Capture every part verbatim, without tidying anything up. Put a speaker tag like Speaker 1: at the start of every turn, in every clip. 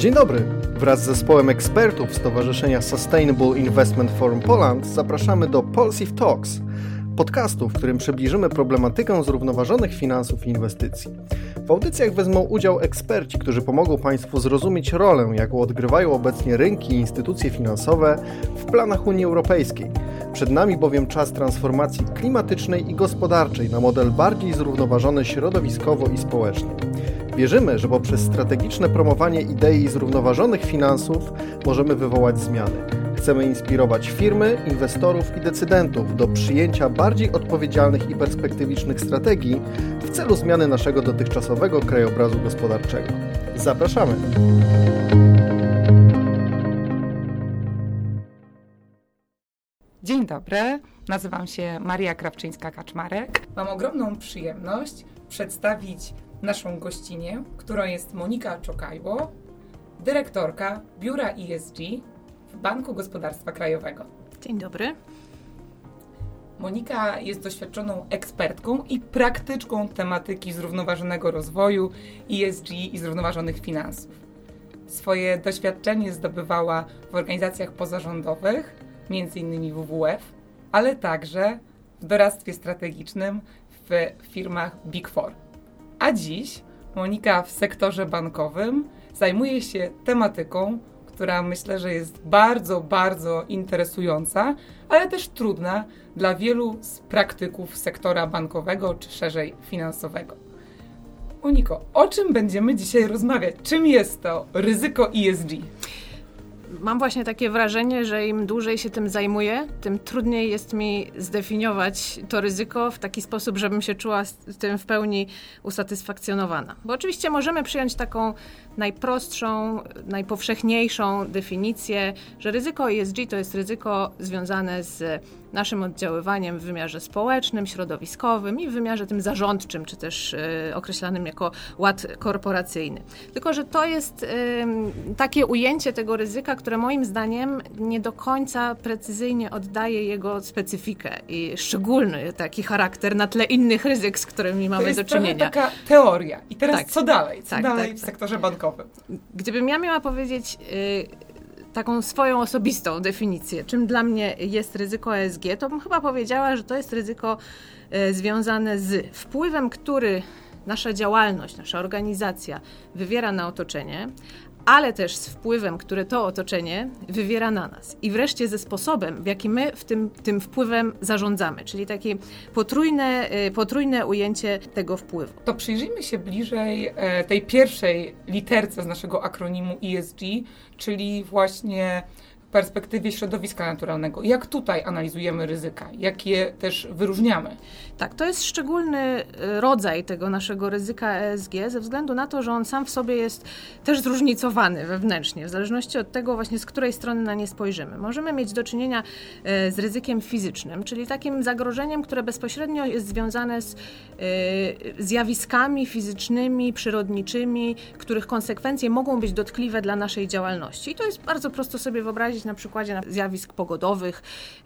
Speaker 1: Dzień dobry! Wraz z zespołem ekspertów Stowarzyszenia Sustainable Investment Forum Poland zapraszamy do Polsif Talks, podcastu, w którym przybliżymy problematykę zrównoważonych finansów i inwestycji. W audycjach wezmą udział eksperci, którzy pomogą Państwu zrozumieć rolę, jaką odgrywają obecnie rynki i instytucje finansowe w planach Unii Europejskiej. Przed nami bowiem czas transformacji klimatycznej i gospodarczej na model bardziej zrównoważony środowiskowo i społecznie. Wierzymy, że poprzez strategiczne promowanie idei zrównoważonych finansów możemy wywołać zmiany. Chcemy inspirować firmy, inwestorów i decydentów do przyjęcia bardziej odpowiedzialnych i perspektywicznych strategii w celu zmiany naszego dotychczasowego krajobrazu gospodarczego. Zapraszamy!
Speaker 2: Dzień dobry, nazywam się Maria Krawczyńska-Kaczmarek. Mam ogromną przyjemność przedstawić naszą gościnię, którą jest Monika Czokajło, dyrektorka Biura E S G w Banku Gospodarstwa Krajowego.
Speaker 3: Dzień dobry.
Speaker 2: Monika jest doświadczoną ekspertką i praktyczką tematyki zrównoważonego rozwoju, E S G i zrównoważonych finansów. Swoje doświadczenie zdobywała w organizacjach pozarządowych, między innymi W W F, ale także w doradztwie strategicznym w firmach Big Four. A dziś Monika w sektorze bankowym zajmuje się tematyką, która myślę, że jest bardzo, bardzo interesująca, ale też trudna dla wielu z praktyków sektora bankowego, czy szerzej finansowego. Moniko, o czym będziemy dzisiaj rozmawiać? Czym jest to ryzyko E S G?
Speaker 3: Mam właśnie takie wrażenie, że im dłużej się tym zajmuję, tym trudniej jest mi zdefiniować to ryzyko w taki sposób, żebym się czuła z tym w pełni usatysfakcjonowana. Bo oczywiście możemy przyjąć taką najprostszą, najpowszechniejszą definicję, że ryzyko E S G to jest ryzyko związane z naszym oddziaływaniem w wymiarze społecznym, środowiskowym i w wymiarze tym zarządczym, czy też y, określanym jako ład korporacyjny. Tylko że to jest y, takie ujęcie tego ryzyka, które moim zdaniem nie do końca precyzyjnie oddaje jego specyfikę i szczególny taki charakter na tle innych ryzyk, z którymi mamy
Speaker 2: to jest
Speaker 3: do czynienia.
Speaker 2: To taka teoria. I teraz
Speaker 3: tak.
Speaker 2: co dalej? Co
Speaker 3: tak,
Speaker 2: dalej
Speaker 3: tak,
Speaker 2: w
Speaker 3: tak.
Speaker 2: sektorze bankowym?
Speaker 3: Gdybym ja miała powiedzieć y, taką swoją osobistą definicję, czym dla mnie jest ryzyko E S G, to bym chyba powiedziała, że to jest ryzyko y, związane z wpływem, który nasza działalność, nasza organizacja wywiera na otoczenie, ale też z wpływem, który to otoczenie wywiera na nas. I wreszcie ze sposobem, w jaki my w tym, tym wpływem zarządzamy, czyli takie potrójne, potrójne ujęcie tego wpływu.
Speaker 2: To przyjrzyjmy się bliżej e, tej pierwszej literce z naszego akronimu E S G, czyli właśnie w perspektywie środowiska naturalnego. Jak tutaj analizujemy ryzyka? Jak je też wyróżniamy?
Speaker 3: Tak, to jest szczególny rodzaj tego naszego ryzyka E S G ze względu na to, że on sam w sobie jest też zróżnicowany wewnętrznie, w zależności od tego właśnie z której strony na nie spojrzymy. Możemy mieć do czynienia z ryzykiem fizycznym, czyli takim zagrożeniem, które bezpośrednio jest związane z zjawiskami fizycznymi, przyrodniczymi, których konsekwencje mogą być dotkliwe dla naszej działalności. I to jest bardzo prosto sobie wyobrazić na przykładzie zjawisk pogodowych,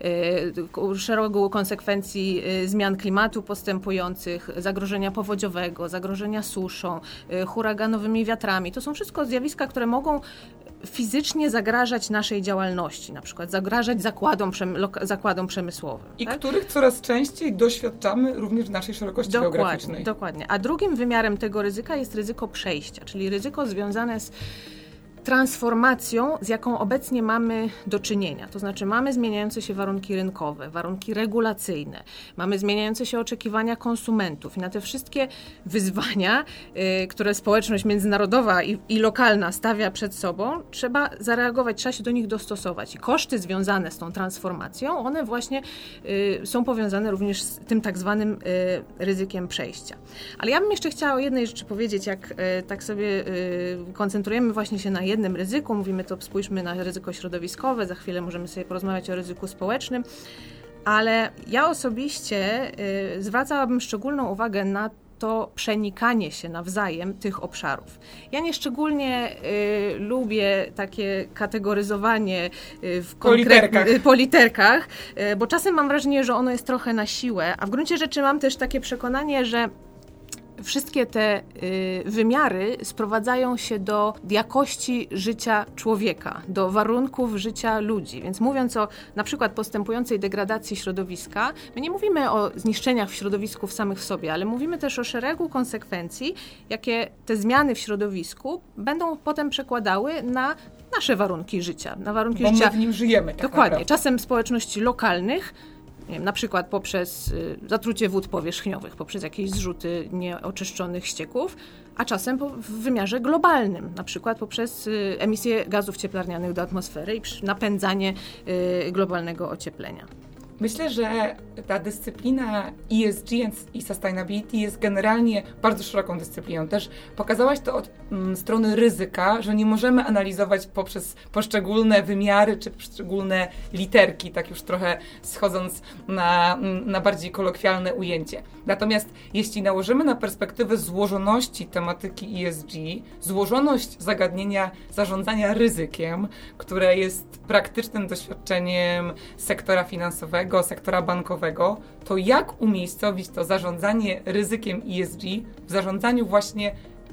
Speaker 3: szeregu konsekwencji zmian klimatu postępujących, zagrożenia powodziowego, zagrożenia suszą, huraganowymi wiatrami. To są wszystko zjawiska, które mogą fizycznie zagrażać naszej działalności, na przykład zagrażać zakładom, przemy- zakładom przemysłowym.
Speaker 2: I
Speaker 3: tak?
Speaker 2: których coraz częściej doświadczamy również w naszej szerokości
Speaker 3: dokładnie,
Speaker 2: geograficznej.
Speaker 3: Dokładnie. A drugim wymiarem tego ryzyka jest ryzyko przejścia, czyli ryzyko związane z transformacją, z jaką obecnie mamy do czynienia. To znaczy mamy zmieniające się warunki rynkowe, warunki regulacyjne, mamy zmieniające się oczekiwania konsumentów i na te wszystkie wyzwania, y, które społeczność międzynarodowa i, i lokalna stawia przed sobą, trzeba zareagować, trzeba się do nich dostosować. I koszty związane z tą transformacją, one właśnie y, są powiązane również z tym tak zwanym y, ryzykiem przejścia. Ale ja bym jeszcze chciała o jednej rzeczy powiedzieć, jak y, tak sobie y, koncentrujemy właśnie się na jednym jednym ryzyku, mówimy to, spójrzmy na ryzyko środowiskowe, za chwilę możemy sobie porozmawiać o ryzyku społecznym, ale ja osobiście y, zwracałabym szczególną uwagę na to przenikanie się nawzajem tych obszarów. Ja nieszczególnie y, lubię takie kategoryzowanie y, w
Speaker 2: po literkach,
Speaker 3: y, po literkach y, bo czasem mam wrażenie, że ono jest trochę na siłę, a w gruncie rzeczy mam też takie przekonanie, że wszystkie te y, wymiary sprowadzają się do jakości życia człowieka, do warunków życia ludzi. Więc mówiąc o na przykład postępującej degradacji środowiska, my nie mówimy o zniszczeniach w środowisku w samych sobie, ale mówimy też o szeregu konsekwencji, jakie te zmiany w środowisku będą potem przekładały na nasze warunki życia, na warunki
Speaker 2: Bo
Speaker 3: życia.
Speaker 2: my w nim żyjemy. Tak
Speaker 3: Dokładnie.
Speaker 2: naprawdę.
Speaker 3: Czasem społeczności lokalnych, nie wiem, na przykład poprzez y, zatrucie wód powierzchniowych, poprzez jakieś zrzuty nieoczyszczonych ścieków, a czasem po, w wymiarze globalnym, na przykład poprzez y, emisję gazów cieplarnianych do atmosfery i przy, napędzanie y, globalnego ocieplenia.
Speaker 2: Myślę, że ta dyscyplina E S G i sustainability jest generalnie bardzo szeroką dyscypliną. Też pokazałaś to od mm, strony ryzyka, że nie możemy analizować poprzez poszczególne wymiary czy poszczególne literki, tak już trochę schodząc na, na bardziej kolokwialne ujęcie. Natomiast jeśli nałożymy na perspektywę złożoności tematyki E S G, złożoność zagadnienia zarządzania ryzykiem, które jest praktycznym doświadczeniem sektora finansowego, sektora bankowego, to jak umiejscowić to zarządzanie ryzykiem E S G w zarządzaniu właśnie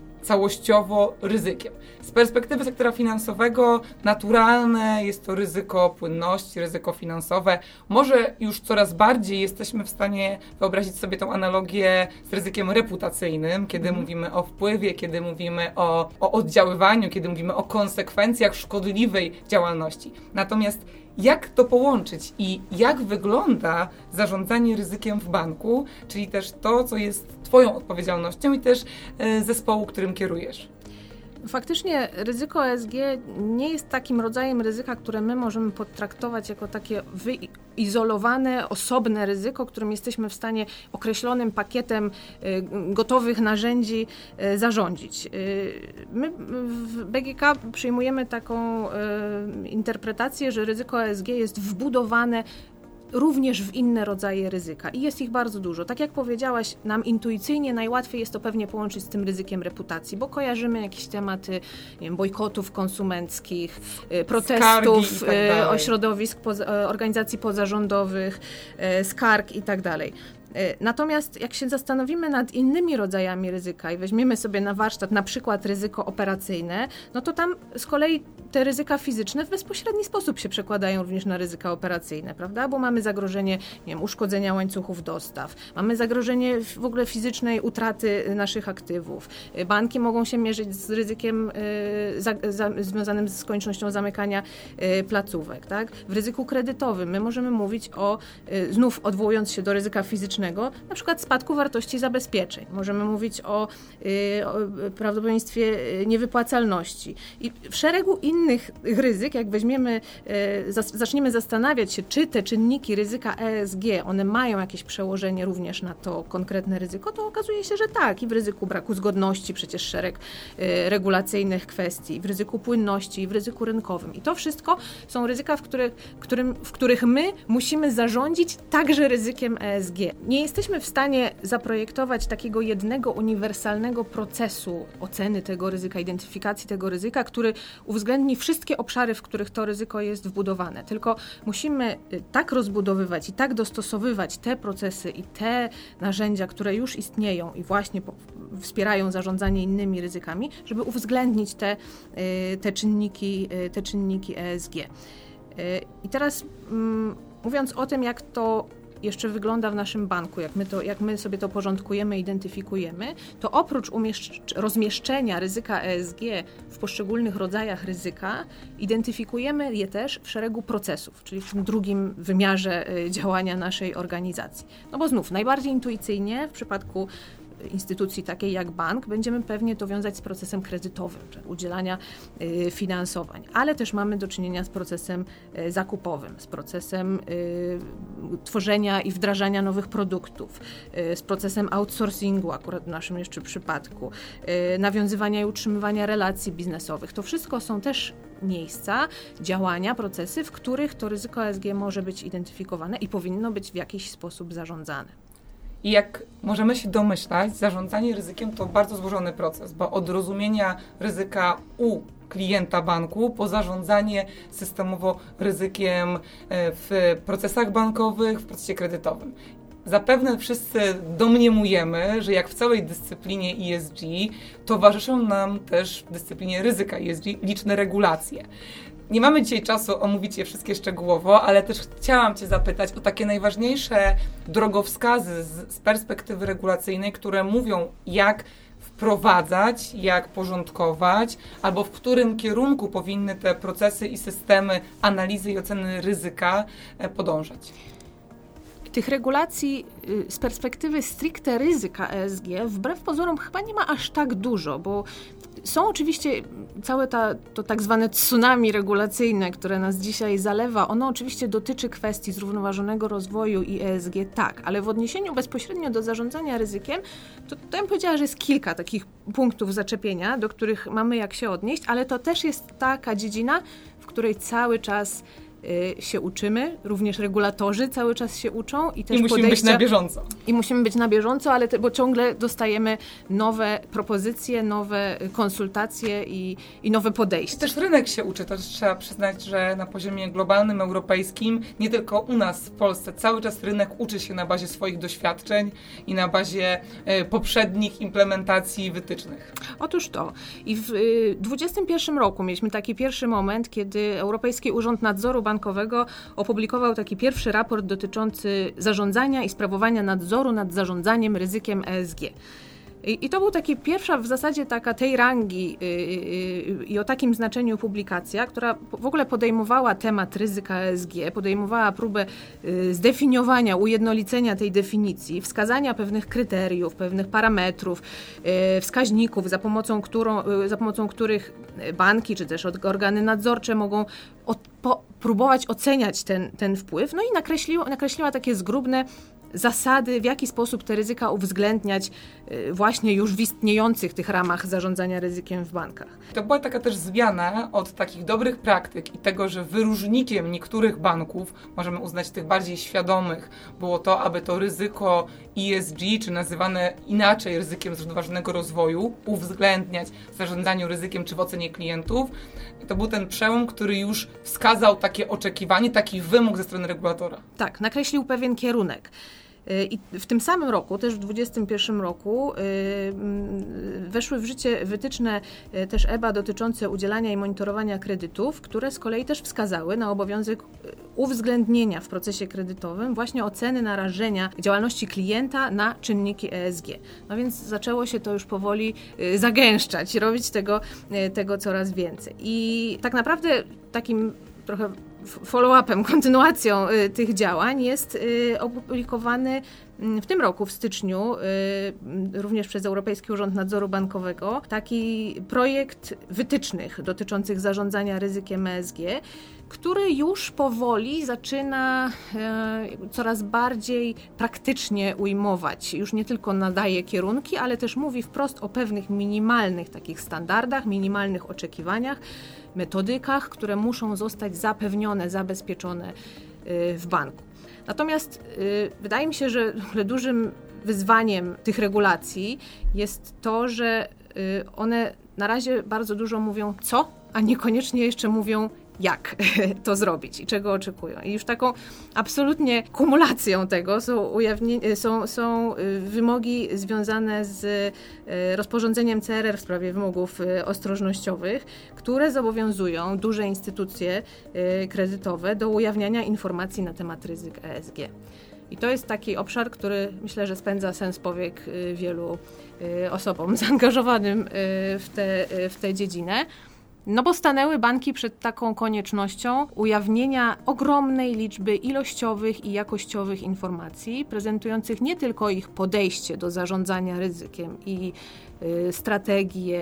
Speaker 2: całościowo ryzykiem. Z perspektywy sektora finansowego naturalne jest to ryzyko płynności, ryzyko finansowe. Może już coraz bardziej jesteśmy w stanie wyobrazić sobie tą analogię z ryzykiem reputacyjnym, kiedy mm. mówimy o wpływie, kiedy mówimy o, o oddziaływaniu, kiedy mówimy o konsekwencjach szkodliwej działalności. Natomiast jak to połączyć i jak wygląda zarządzanie ryzykiem w banku, czyli też to, co jest Twoją odpowiedzialnością i też y, zespołu, którym kierujesz?
Speaker 3: Faktycznie ryzyko E S G nie jest takim rodzajem ryzyka, które my możemy potraktować jako takie wyizolowane, osobne ryzyko, którym jesteśmy w stanie określonym pakietem y, gotowych narzędzi y, zarządzić. Y, my w B G K przyjmujemy taką y, interpretację, że ryzyko E S G jest wbudowane również w inne rodzaje ryzyka i jest ich bardzo dużo. Tak jak powiedziałaś, nam intuicyjnie najłatwiej jest to pewnie połączyć z tym ryzykiem reputacji, bo kojarzymy jakieś tematy, nie wiem, bojkotów konsumenckich, protestów, tak ośrodowisk, poza, organizacji pozarządowych, skarg i tak dalej. Natomiast jak się zastanowimy nad innymi rodzajami ryzyka i weźmiemy sobie na warsztat na przykład ryzyko operacyjne, no to tam z kolei te ryzyka fizyczne w bezpośredni sposób się przekładają również na ryzyka operacyjne, prawda? Bo mamy zagrożenie, nie wiem, uszkodzenia łańcuchów dostaw, mamy zagrożenie w ogóle fizycznej utraty naszych aktywów. Banki mogą się mierzyć z ryzykiem y, za, za, związanym z koniecznością zamykania y, placówek, tak? W ryzyku kredytowym my możemy mówić o, y, znów odwołując się do ryzyka fizycznego, na przykład spadku wartości zabezpieczeń. Możemy mówić o, y, o prawdopodobieństwie niewypłacalności. I w szeregu innych ryzyk, jak weźmiemy, y, zas, zaczniemy zastanawiać się, czy te czynniki ryzyka E S G, one mają jakieś przełożenie również na to konkretne ryzyko, to okazuje się, że tak. I w ryzyku braku zgodności przecież szereg y, regulacyjnych kwestii, w ryzyku płynności, i w ryzyku rynkowym. I to wszystko są ryzyka, w których, którym, w których my musimy zarządzić także ryzykiem E S G. Nie jesteśmy w stanie zaprojektować takiego jednego uniwersalnego procesu oceny tego ryzyka, identyfikacji tego ryzyka, który uwzględni wszystkie obszary, w których to ryzyko jest wbudowane. Tylko musimy tak rozbudowywać i tak dostosowywać te procesy i te narzędzia, które już istnieją i właśnie wspierają zarządzanie innymi ryzykami, żeby uwzględnić te, te czynniki, te czynniki E S G. I teraz mówiąc o tym, jak to jeszcze wygląda w naszym banku, jak my, to, jak my sobie to porządkujemy, identyfikujemy, to oprócz umieszcz- rozmieszczenia ryzyka E S G w poszczególnych rodzajach ryzyka, identyfikujemy je też w szeregu procesów, czyli w tym drugim wymiarze działania naszej organizacji. No bo znów, najbardziej intuicyjnie w przypadku instytucji takiej jak bank, będziemy pewnie to wiązać z procesem kredytowym, czyli udzielania y, finansowań, ale też mamy do czynienia z procesem y, zakupowym, z procesem y, tworzenia i wdrażania nowych produktów, y, z procesem outsourcingu, akurat w naszym jeszcze przypadku, y, nawiązywania i utrzymywania relacji biznesowych. To wszystko są też miejsca, działania, procesy, w których to ryzyko E S G może być identyfikowane i powinno być w jakiś sposób zarządzane.
Speaker 2: I jak możemy się domyślać, zarządzanie ryzykiem to bardzo złożony proces, bo od rozumienia ryzyka u klienta banku po zarządzanie systemowo ryzykiem w procesach bankowych, w procesie kredytowym. Zapewne wszyscy domniemujemy, że jak w całej dyscyplinie E S G, towarzyszą nam też w dyscyplinie ryzyka E S G liczne regulacje. Nie mamy dzisiaj czasu omówić je wszystkie szczegółowo, ale też chciałam Cię zapytać o takie najważniejsze drogowskazy z, z perspektywy regulacyjnej, które mówią, jak wprowadzać, jak porządkować, albo w którym kierunku powinny te procesy i systemy analizy i oceny ryzyka podążać.
Speaker 3: Tych regulacji z perspektywy stricte ryzyka E S G wbrew pozorom chyba nie ma aż tak dużo, bo są oczywiście całe ta, to tak zwane tsunami regulacyjne, które nas dzisiaj zalewa, ono oczywiście dotyczy kwestii zrównoważonego rozwoju i E S G, tak, ale w odniesieniu bezpośrednio do zarządzania ryzykiem, to tutaj bym powiedziała, że jest kilka takich punktów zaczepienia, do których mamy jak się odnieść, ale to też jest taka dziedzina, w której cały czas się uczymy, również regulatorzy cały czas się uczą. I, też
Speaker 2: I musimy
Speaker 3: podejścia,
Speaker 2: być na bieżąco.
Speaker 3: I musimy być na bieżąco, ale te, bo ciągle dostajemy nowe propozycje, nowe konsultacje i, i nowe podejścia.
Speaker 2: I też rynek się uczy, to trzeba przyznać, że na poziomie globalnym, europejskim, nie tylko u nas w Polsce, cały czas rynek uczy się na bazie swoich doświadczeń i na bazie y, poprzednich implementacji wytycznych.
Speaker 3: Otóż to. I w y, dwudziestym pierwszym roku mieliśmy taki pierwszy moment, kiedy Europejski Urząd Nadzoru Bankowego opublikował taki pierwszy raport dotyczący zarządzania i sprawowania nadzoru nad zarządzaniem ryzykiem E S G. I, i to był taki pierwsza w zasadzie taka tej rangi yy, yy, i o takim znaczeniu publikacja, która w ogóle podejmowała temat ryzyka E S G, podejmowała próbę yy, zdefiniowania, ujednolicenia tej definicji, wskazania pewnych kryteriów, pewnych parametrów, yy, wskaźników, za pomocą, którą, yy, za pomocą których banki czy też organy nadzorcze mogą od, po, próbować oceniać ten, ten wpływ. No i nakreśliła, nakreśliła takie zgrubne zasady, w jaki sposób te ryzyka uwzględniać właśnie już w istniejących tych ramach zarządzania ryzykiem w bankach.
Speaker 2: To była taka też zmiana od takich dobrych praktyk i tego, że wyróżnikiem niektórych banków, możemy uznać tych bardziej świadomych, było to, aby to ryzyko E S G, czy nazywane inaczej ryzykiem zrównoważonego rozwoju, uwzględniać w zarządzaniu ryzykiem czy w ocenie klientów. I to był ten przełom, który już wskazał takie oczekiwanie, taki wymóg ze strony regulatora.
Speaker 3: Tak, nakreślił pewien kierunek. I w tym samym roku, też w dwudziestym pierwszym roku, weszły w życie wytyczne też E B A dotyczące udzielania i monitorowania kredytów, które z kolei też wskazały na obowiązek uwzględnienia w procesie kredytowym właśnie oceny narażenia działalności klienta na czynniki E S G. No więc zaczęło się to już powoli zagęszczać, robić tego, tego coraz więcej. I tak naprawdę takim trochę follow-upem, kontynuacją y, tych działań jest y, opublikowany y, w tym roku, w styczniu, y, również przez Europejski Urząd Nadzoru Bankowego, taki projekt wytycznych dotyczących zarządzania ryzykiem E S G, który już powoli zaczyna y, coraz bardziej praktycznie ujmować. Już nie tylko nadaje kierunki, ale też mówi wprost o pewnych minimalnych takich standardach, minimalnych oczekiwaniach, metodykach, które muszą zostać zapewnione, zabezpieczone w banku. Natomiast wydaje mi się, że dużym wyzwaniem tych regulacji jest to, że one na razie bardzo dużo mówią co, a niekoniecznie jeszcze mówią jak to zrobić i czego oczekują. I już taką absolutnie kumulacją tego są, ujawnie, są, są wymogi związane z rozporządzeniem C R R w sprawie wymogów ostrożnościowych, które zobowiązują duże instytucje kredytowe do ujawniania informacji na temat ryzyk E S G. I to jest taki obszar, który myślę, że spędza sens powiek wielu osobom zaangażowanym w tę w tę dziedzinę. No bo stanęły banki przed taką koniecznością ujawnienia ogromnej liczby ilościowych i jakościowych informacji, prezentujących nie tylko ich podejście do zarządzania ryzykiem i y, strategie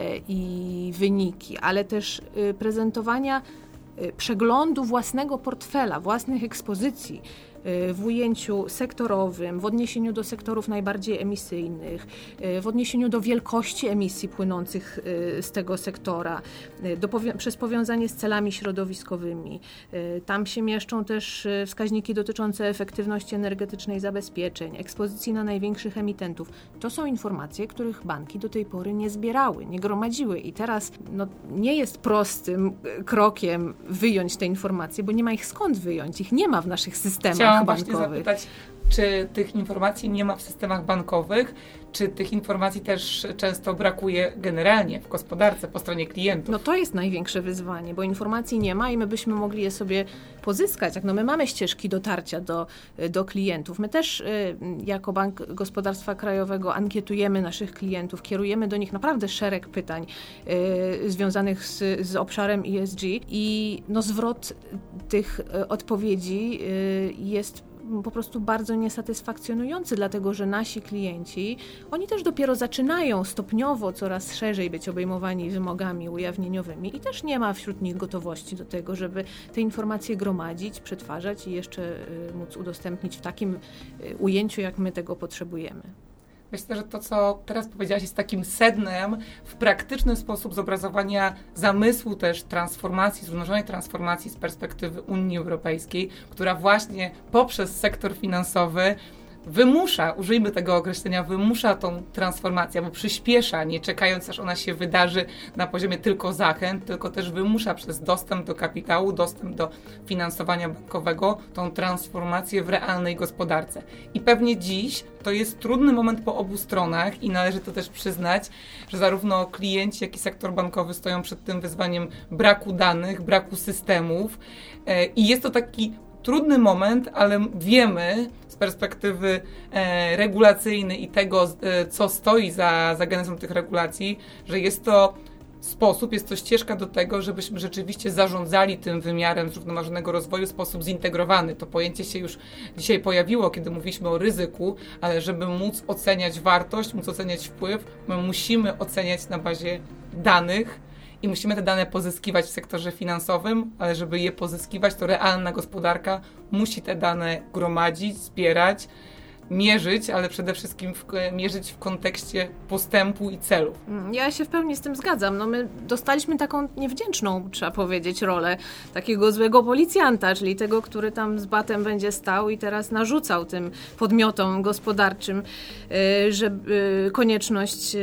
Speaker 3: i wyniki, ale też y, prezentowania y, przeglądu własnego portfela, własnych ekspozycji w ujęciu sektorowym, w odniesieniu do sektorów najbardziej emisyjnych, w odniesieniu do wielkości emisji płynących z tego sektora, do, przez powiązanie z celami środowiskowymi. Tam się mieszczą też wskaźniki dotyczące efektywności energetycznej zabezpieczeń, ekspozycji na największych emitentów. To są informacje, których banki do tej pory nie zbierały, nie gromadziły i teraz no, nie jest prostym krokiem wyjąć te informacje, bo nie ma ich skąd wyjąć, ich nie ma w naszych systemach
Speaker 2: Chciałam
Speaker 3: bankowych.
Speaker 2: Właśnie zapytać, czy tych informacji nie ma w systemach bankowych, czy tych informacji też często brakuje generalnie w gospodarce po stronie klientów?
Speaker 3: No to jest największe wyzwanie, bo informacji nie ma i my byśmy mogli je sobie pozyskać. No my mamy ścieżki dotarcia do, do klientów. My też jako Bank Gospodarstwa Krajowego ankietujemy naszych klientów, kierujemy do nich naprawdę szereg pytań y, związanych z, z obszarem E S G i no zwrot tych odpowiedzi y, jest po prostu bardzo niesatysfakcjonujący, dlatego że nasi klienci, oni też dopiero zaczynają stopniowo coraz szerzej być obejmowani wymogami ujawnieniowymi i też nie ma wśród nich gotowości do tego, żeby te informacje gromadzić, przetwarzać i jeszcze y, móc udostępnić w takim y, ujęciu, jak my tego potrzebujemy.
Speaker 2: Myślę, że to, co teraz powiedziałaś, jest takim sednem w praktyczny sposób zobrazowania zamysłu też transformacji, zrównoważonej transformacji z perspektywy Unii Europejskiej, która właśnie poprzez sektor finansowy wymusza, użyjmy tego określenia, wymusza tą transformację, albo przyspiesza, nie czekając, aż ona się wydarzy na poziomie tylko zachęt, tylko też wymusza przez dostęp do kapitału, dostęp do finansowania bankowego tą transformację w realnej gospodarce. I pewnie dziś to jest trudny moment po obu stronach i należy to też przyznać, że zarówno klienci, jak i sektor bankowy stoją przed tym wyzwaniem braku danych, braku systemów i jest to taki trudny moment, ale wiemy z perspektywy e, regulacyjnej i tego, e, co stoi za, za genezą tych regulacji, że jest to sposób, jest to ścieżka do tego, żebyśmy rzeczywiście zarządzali tym wymiarem zrównoważonego rozwoju w sposób zintegrowany. To pojęcie się już dzisiaj pojawiło, kiedy mówiliśmy o ryzyku, ale żeby móc oceniać wartość, móc oceniać wpływ, my musimy oceniać na bazie danych, i musimy te dane pozyskiwać w sektorze finansowym, ale żeby je pozyskiwać, to realna gospodarka musi te dane gromadzić, zbierać, mierzyć, ale przede wszystkim w, mierzyć w kontekście postępu i celów.
Speaker 3: Ja się w pełni z tym zgadzam. No my dostaliśmy taką niewdzięczną, trzeba powiedzieć, rolę takiego złego policjanta, czyli tego, który tam z batem będzie stał i teraz narzucał tym podmiotom gospodarczym, że konieczność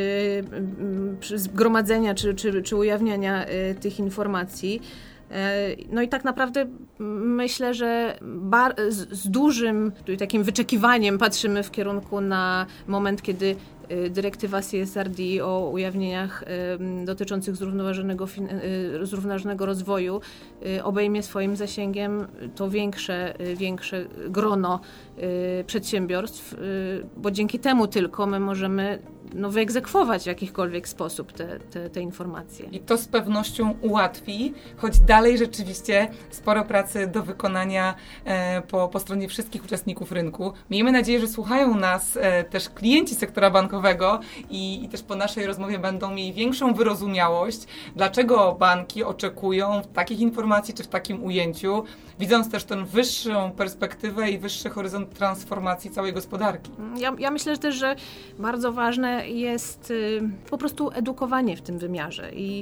Speaker 3: gromadzenia czy, czy, czy ujawniania tych informacji. No i tak naprawdę myślę, że bar- z, z dużym takim wyczekiwaniem patrzymy w kierunku na moment, kiedy dyrektywa C S R D o ujawnieniach y, dotyczących zrównoważonego, fin- y, zrównoważonego rozwoju y, obejmie swoim zasięgiem to większe, y, większe grono y, przedsiębiorstw, y, bo dzięki temu tylko my możemy no, wyegzekwować w jakikolwiek sposób te, te, te informacje.
Speaker 2: I to z pewnością ułatwi, choć dalej rzeczywiście sporo pracy do wykonania e, po, po stronie wszystkich uczestników rynku. Miejmy nadzieję, że słuchają nas e, też klienci sektora bankowego i, i też po naszej rozmowie będą mieli większą wyrozumiałość, dlaczego banki oczekują takich informacji czy w takim ujęciu, widząc też tę wyższą perspektywę i wyższy horyzont transformacji całej gospodarki.
Speaker 3: Ja, ja myślę że też, że bardzo ważne jest y, po prostu edukowanie w tym wymiarze i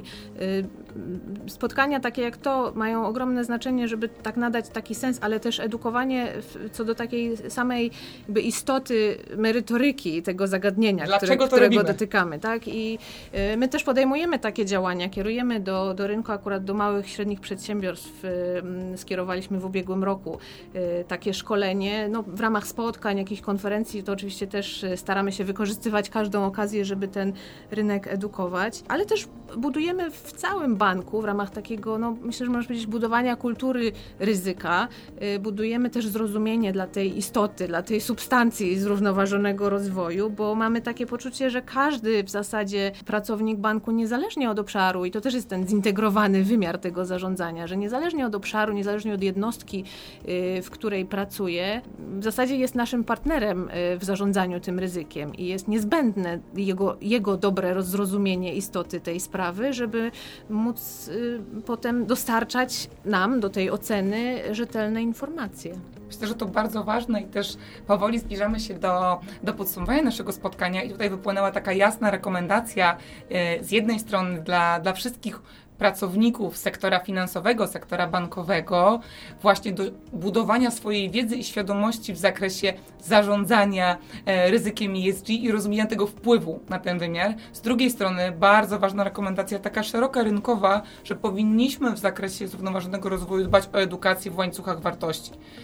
Speaker 3: y, spotkania takie jak to mają ogromne znaczenie, żeby tak nadać taki sens, ale też edukowanie w, co do takiej samej jakby istoty merytoryki tego zagadnienia, które, którego robimy? dotykamy. Tak? I y, my też podejmujemy takie działania, kierujemy do, do rynku, akurat do małych i średnich przedsiębiorstw, y, skierowaliśmy w ubiegłym roku y, takie szkolenie. No, w ramach spotkań, jakichś konferencji, to oczywiście też staramy się wykorzystywać każdą okazję, żeby ten rynek edukować, ale też budujemy w całym banku w ramach takiego, no myślę, że można powiedzieć, budowania kultury ryzyka. Budujemy też zrozumienie dla tej istoty, dla tej substancji zrównoważonego rozwoju, bo mamy takie poczucie, że każdy w zasadzie pracownik banku, niezależnie od obszaru, i to też jest ten zintegrowany wymiar tego zarządzania, że niezależnie od obszaru, niezależnie od jednostki, w której pracuje, w zasadzie jest naszym partnerem w zarządzaniu tym ryzykiem i jest niezbędne jego, jego dobre zrozumienie istoty tej sprawy, żeby móc y, potem dostarczać nam do tej oceny rzetelne informacje.
Speaker 2: Myślę, że to bardzo ważne i też powoli zbliżamy się do, do podsumowania naszego spotkania i tutaj wypłynęła taka jasna rekomendacja y, z jednej strony dla, dla wszystkich pracowników sektora finansowego, sektora bankowego, właśnie do budowania swojej wiedzy i świadomości w zakresie zarządzania e, ryzykiem E S G i rozumienia tego wpływu na ten wymiar. Z drugiej strony bardzo ważna rekomendacja taka szeroka rynkowa, że powinniśmy w zakresie zrównoważonego rozwoju dbać o edukację w łańcuchach wartości.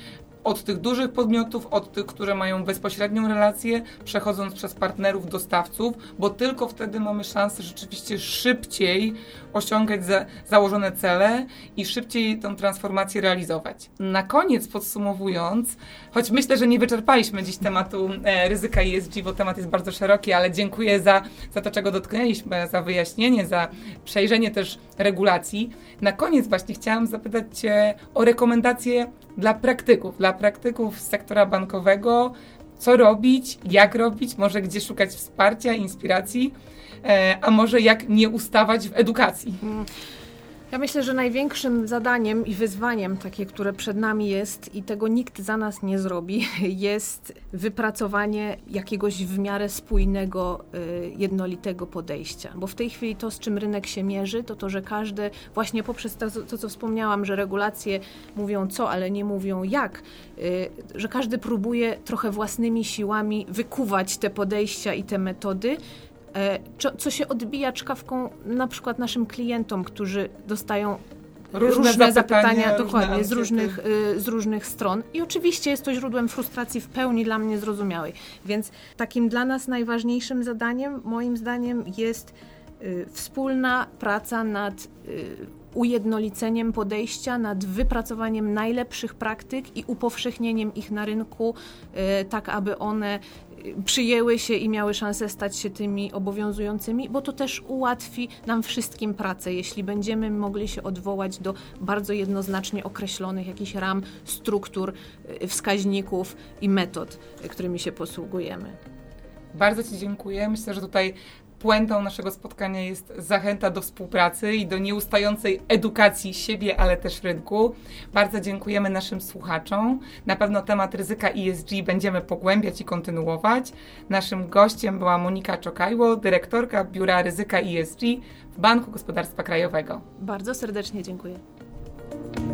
Speaker 2: od tych dużych podmiotów, od tych, które mają bezpośrednią relację, przechodząc przez partnerów, dostawców, bo tylko wtedy mamy szansę rzeczywiście szybciej osiągać za, założone cele i szybciej tę transformację realizować. Na koniec podsumowując, choć myślę, że nie wyczerpaliśmy dziś tematu e, ryzyka E S G, bo temat jest bardzo szeroki, ale dziękuję za, za to, czego dotknęliśmy, za wyjaśnienie, za przejrzenie też regulacji. Na koniec właśnie chciałam zapytać Cię o rekomendacje dla praktyków, dla praktyków z sektora bankowego, co robić, jak robić, może gdzie szukać wsparcia, inspiracji, a może jak nie ustawać w edukacji.
Speaker 3: Ja myślę, że największym zadaniem i wyzwaniem takie, które przed nami jest i tego nikt za nas nie zrobi, jest wypracowanie jakiegoś w miarę spójnego, jednolitego podejścia. Bo w tej chwili to, z czym rynek się mierzy, to to, że każdy, właśnie poprzez to, to co wspomniałam, że regulacje mówią co, ale nie mówią jak, że każdy próbuje trochę własnymi siłami wykuwać te podejścia i te metody, co się odbija czkawką na przykład naszym klientom, którzy dostają różne, różne zapytania, zapytania dokładnie, różne z, różnych, z różnych stron. I oczywiście jest to źródłem frustracji w pełni dla mnie zrozumiałej. Więc takim dla nas najważniejszym zadaniem, moim zdaniem, jest y, wspólna praca nad y, ujednoliceniem podejścia, nad wypracowaniem najlepszych praktyk i upowszechnieniem ich na rynku, y, tak aby one przyjęły się i miały szansę stać się tymi obowiązującymi, bo to też ułatwi nam wszystkim pracę, jeśli będziemy mogli się odwołać do bardzo jednoznacznie określonych jakichś ram, struktur, wskaźników i metod, którymi się posługujemy.
Speaker 2: Bardzo Ci dziękuję. Myślę, że tutaj puentą naszego spotkania jest zachęta do współpracy i do nieustającej edukacji siebie, ale też rynku. Bardzo dziękujemy naszym słuchaczom. Na pewno temat ryzyka E S G będziemy pogłębiać i kontynuować. Naszym gościem była Monika Czokajło, dyrektorka Biura Ryzyka E S G w Banku Gospodarstwa Krajowego.
Speaker 3: Bardzo serdecznie dziękuję.